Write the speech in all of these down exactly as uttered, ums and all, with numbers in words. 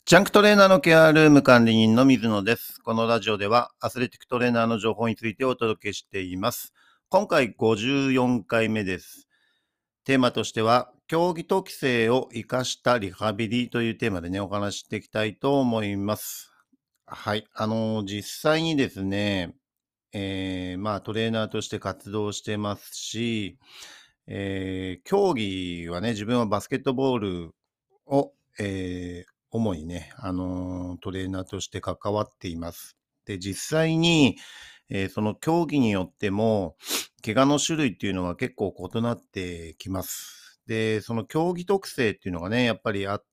ジャンクトレーナーのケアルーム管理人の水野です。このラジオではアスレティックトレーナーの情報についてお届けしています。今回ごじゅうよんかいめです。テーマとしては、競技特性を生かしたリハビリというテーマでね、お話ししていきたいと思います。はい。あの、実際にですね、えーまあトレーナーとして活動してますし、えー競技はね、自分はバスケットボールを、えー主にね、あのートレーナーとして関わっています。で、実際に、えーその競技によっても、怪我の種類っていうのは結構異なってきます。で、その競技特性っていうのがね、やっぱりあって、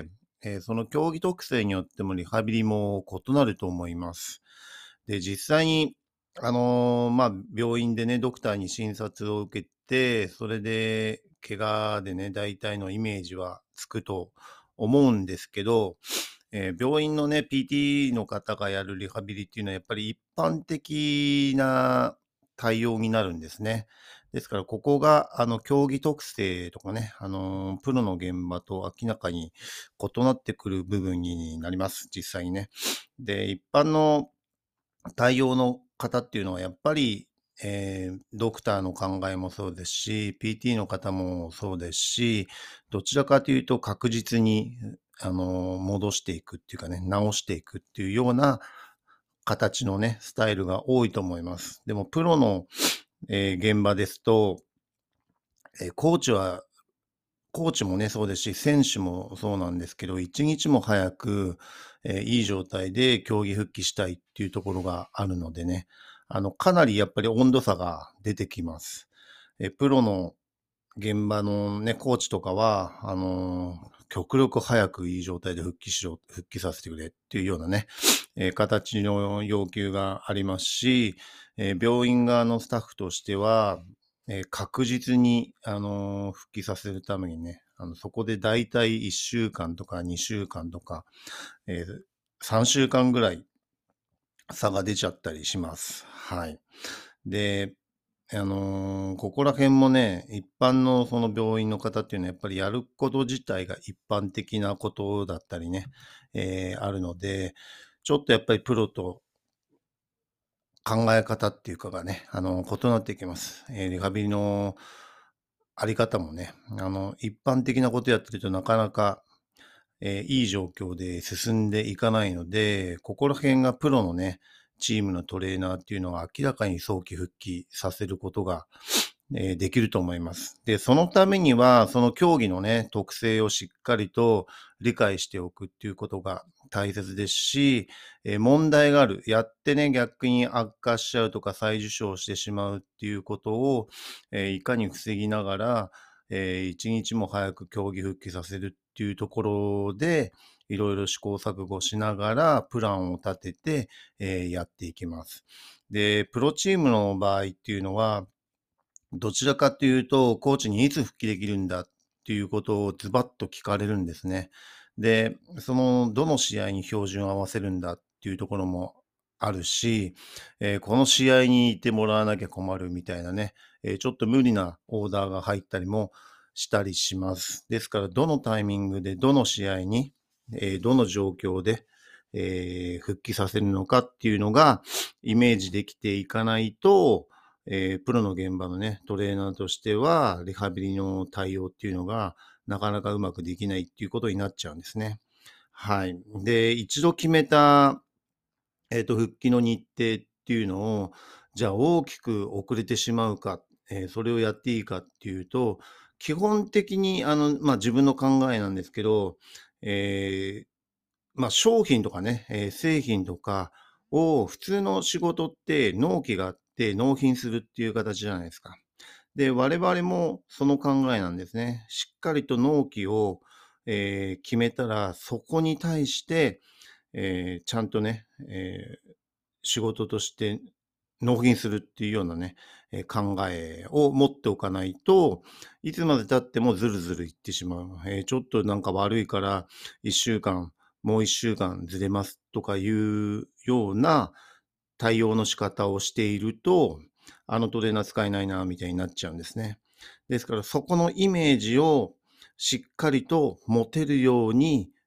えーその競技特性によってもリハビリも異なると思います。で、実際に、あのーまあ、病院でね、ドクターに診察を受けて、それで、怪我でね、大体のイメージはつくと思うんですけど、えー病院のね、ピーティー の方がやるリハビリっていうのは、やっぱり一般的な対応になるんですね。ですから、ここが、あの、競技特性とかね、あのープロの現場と明らかに異なってくる部分になります、実際にね。で、一般の対応の方っていうのはやっぱり、えードクターの考えもそうですし、ピーティー の方もそうですし、どちらかというと確実に、あの、戻していくっていうかね、直していくっていうような形のね、スタイルが多いと思います。でも、プロの、えー現場ですと、えーコーチはコーチもね、そうですし、選手もそうなんですけど、一日も早く、えーいい状態で競技復帰したいっていうところがあるのでね、あの、かなりやっぱり温度差が出てきます。えープロの現場のね、コーチとかは、あのー極力早くいい状態で復帰しろ、復帰させてくれっていうようなね、えー形の要求がありますし、えー病院側のスタッフとしては、えー確実に、あのー復帰させるためにね、あの、そこでだいたいいっしゅうかんとかにしゅうかんとか、えーさんしゅうかんぐらい差が出ちゃったりします。はい。で、あのーここら辺もね、一般のその病院の方っていうのはやっぱりやること自体が一般的なことだったりね、えーあるので、ちょっとやっぱりプロと考え方っていうかがね、あの、異なってきます。えーリハビリのあり方もね、あの、一般的なことやってるとなかなか、えーいい状況で進んでいかないので、ここら辺がプロのね、チームのトレーナーっていうのは明らかに早期復帰させることが、えーできると思います。で、そのためには、その競技のね、特性をしっかりと理解しておくっていうことが大切ですし、えー問題がある。やってね、逆に悪化しちゃうとか再受傷してしまうっていうことを、えーいかに防ぎながら、えー一日も早く競技復帰させるっていうところで、いろいろ試行錯誤しながらプランを立てて、えーやっていきます。で、プロチームの場合っていうのは、どちらかというと、コーチにいつ復帰できるんだっていうことをズバッと聞かれるんですね。で、その、どの試合に標準を合わせるんだっていうところもあるし、えーこの試合にいてもらわなきゃ困るみたいなね、えーちょっと無理なオーダーが入ったりもしたりします。ですから、どのタイミングで、どの試合に、えーどの状況で、えー復帰させるのかっていうのがイメージできていかないと、えープロの現場のね、トレーナーとしては、リハビリの対応っていうのが、なかなかうまくできないっていうことになっちゃうんですね。はい。で、一度決めた、えっと、復帰の日程っていうのを、じゃあ大きく遅れてしまうか、えーそれをやっていいかっていうと、基本的に、あの、まあ、自分の考えなんですけど、えーまあ、商品とかね、えー製品とかを普通の仕事って納期があって納品するっていう形じゃないですか。で、我々もその考えなんですね。しっかりと納期を、えー決めたら、そこに対して、えーちゃんとね、えー仕事として納品するっていうようなね、えー考えを持っておかないと、いつまで経ってもずるずるいってしまう。えーちょっとなんか悪いからいっしゅうかん、もういっしゅうかんずれますとかいうような対応の仕方をしていると、あのトレーナー使えないな、みたいになっちゃうんですね。ですからそこのイメージをしっかりと持てるように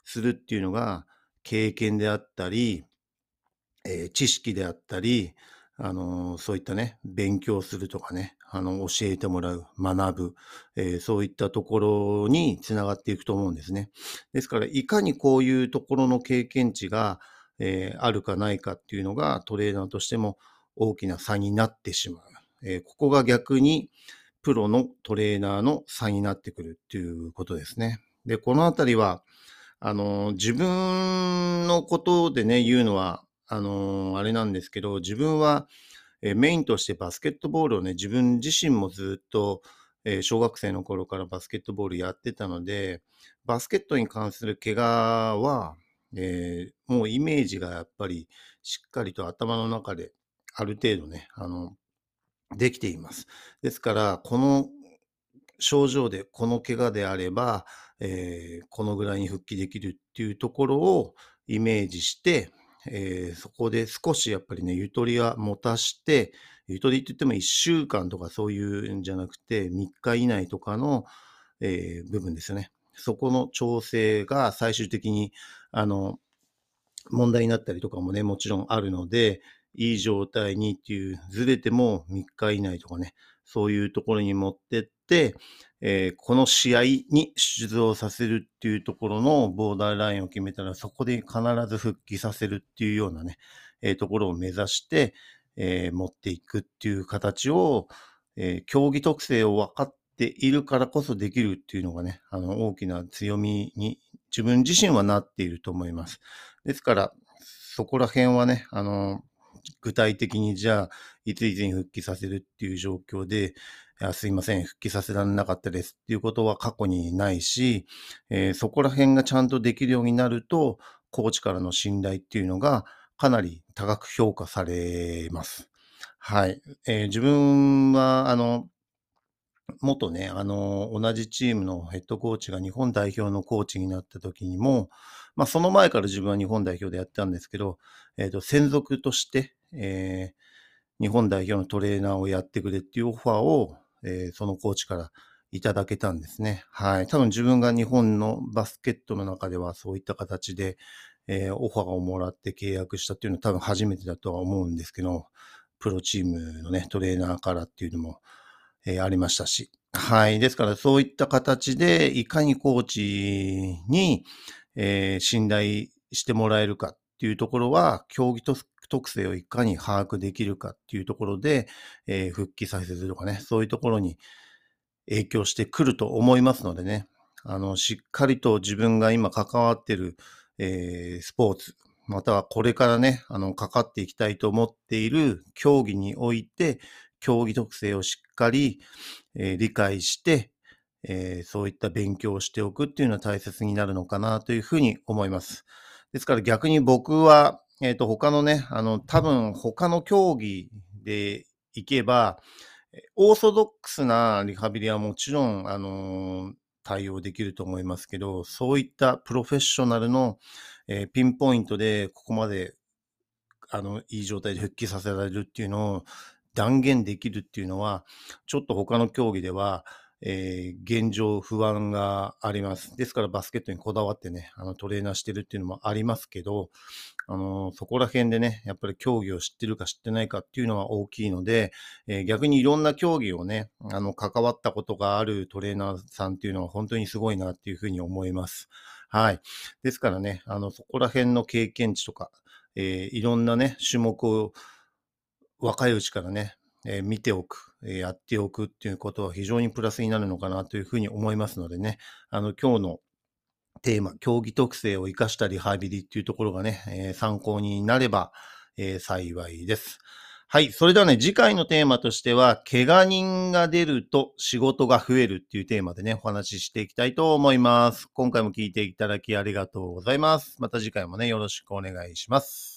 するっていうのが、経験であったり、えー知識であったり、あのーそういったね、勉強するとかね、あの、教えてもらう、学ぶ、えーそういったところにつながっていくと思うんですね。ですから、いかにこういうところの経験値が、えーあるかないかっていうのが、トレーナーとしても大きな差になってしまう。えーここが逆に、プロのトレーナーの差になってくるっていうことですね。で、このあたりは、あの、自分のことでね、言うのは、あの、あれなんですけど、自分は、えーメインとしてバスケットボールをね、自分自身もずっと、えー小学生の頃からバスケットボールやってたので、バスケットに関する怪我は、えーもうイメージがやっぱりしっかりと頭の中である程度ね、あの、できています。ですから、この症状で、この怪我であれば、えーこのぐらいに復帰できるっていうところをイメージして、えーそこで少しやっぱりね、ゆとりは持たして、ゆとりって言ってもいっしゅうかんとかそういうんじゃなくて、みっか以内とかの、えー部分ですよね。そこの調整が最終的に、あの、問題になったりとかもね、もちろんあるので、いい状態にっていう、ずれてもみっか以内とかね、そういうところに持ってって、えーこの試合に出場させるっていうところのボーダーラインを決めたら、そこで必ず復帰させるっていうようなね、えーところを目指して、えー持っていくっていう形を、えー競技特性を分かっているからこそできるっていうのがね、あの、大きな強みに自分自身はなっていると思います。ですから、そこら辺はね、あの、具体的にじゃあ、いついつに復帰させるっていう状況で、あすいません、復帰させられなかったですっていうことは過去にないし、えーそこら辺がちゃんとできるようになると、コーチからの信頼っていうのがかなり高く評価されます。はい。えー自分は、あの、元ね、あの、同じチームのヘッドコーチが日本代表のコーチになった時にも、まあ、その前から自分は日本代表でやってたんですけど、えっと、専属として、えー日本代表のトレーナーをやってくれっていうオファーを、えーそのコーチからいただけたんですね。はい。多分自分が日本のバスケットの中ではそういった形で、えーオファーをもらって契約したっていうのは多分初めてだとは思うんですけど、プロチームのね、トレーナーからっていうのも、えーありましたし。はい。ですからそういった形で、いかにコーチに、えー信頼してもらえるかっていうところは、競技特特性をいかに把握できるかっていうところで、えー復帰させるとかね、そういうところに影響してくると思いますのでね、あの、しっかりと自分が今関わってる、えースポーツ、またはこれからね、あの、かかっていきたいと思っている競技において、競技特性をしっかり、えー理解して、えーそういった勉強をしておくっていうのは大切になるのかなというふうに思います。ですから逆に僕は、えっと、他のね、あの、多分他の競技でいけば、えオーソドックスなリハビリはもちろん、あの、対応できると思いますけど、そういったプロフェッショナルの、えーピンポイントでここまであの、いい状態で復帰させられるっていうのを断言できるっていうのは、ちょっと他の競技では、えー現状不安があります。ですからバスケットにこだわってね、あのトレーナーしてるっていうのもありますけど、あの、そこら辺でね、やっぱり競技を知ってるか知ってないかっていうのは大きいので、えー逆にいろんな競技をね、あの、関わったことがあるトレーナーさんっていうのは本当にすごいなっていうふうに思います。はい。ですからね、あの、そこら辺の経験値とか、えーいろんなね、種目を若いうちからね、えー見ておく、えーやっておくっていうことは非常にプラスになるのかなというふうに思いますのでね、あの、今日のテーマ、競技特性を生かしたリハビリっていうところがね、えー参考になれば、えー幸いです。はい。それではね、次回のテーマとしては、怪我人が出ると仕事が増えるっていうテーマでね、お話ししていきたいと思います。今回も聞いていただきありがとうございます。また次回もね、よろしくお願いします。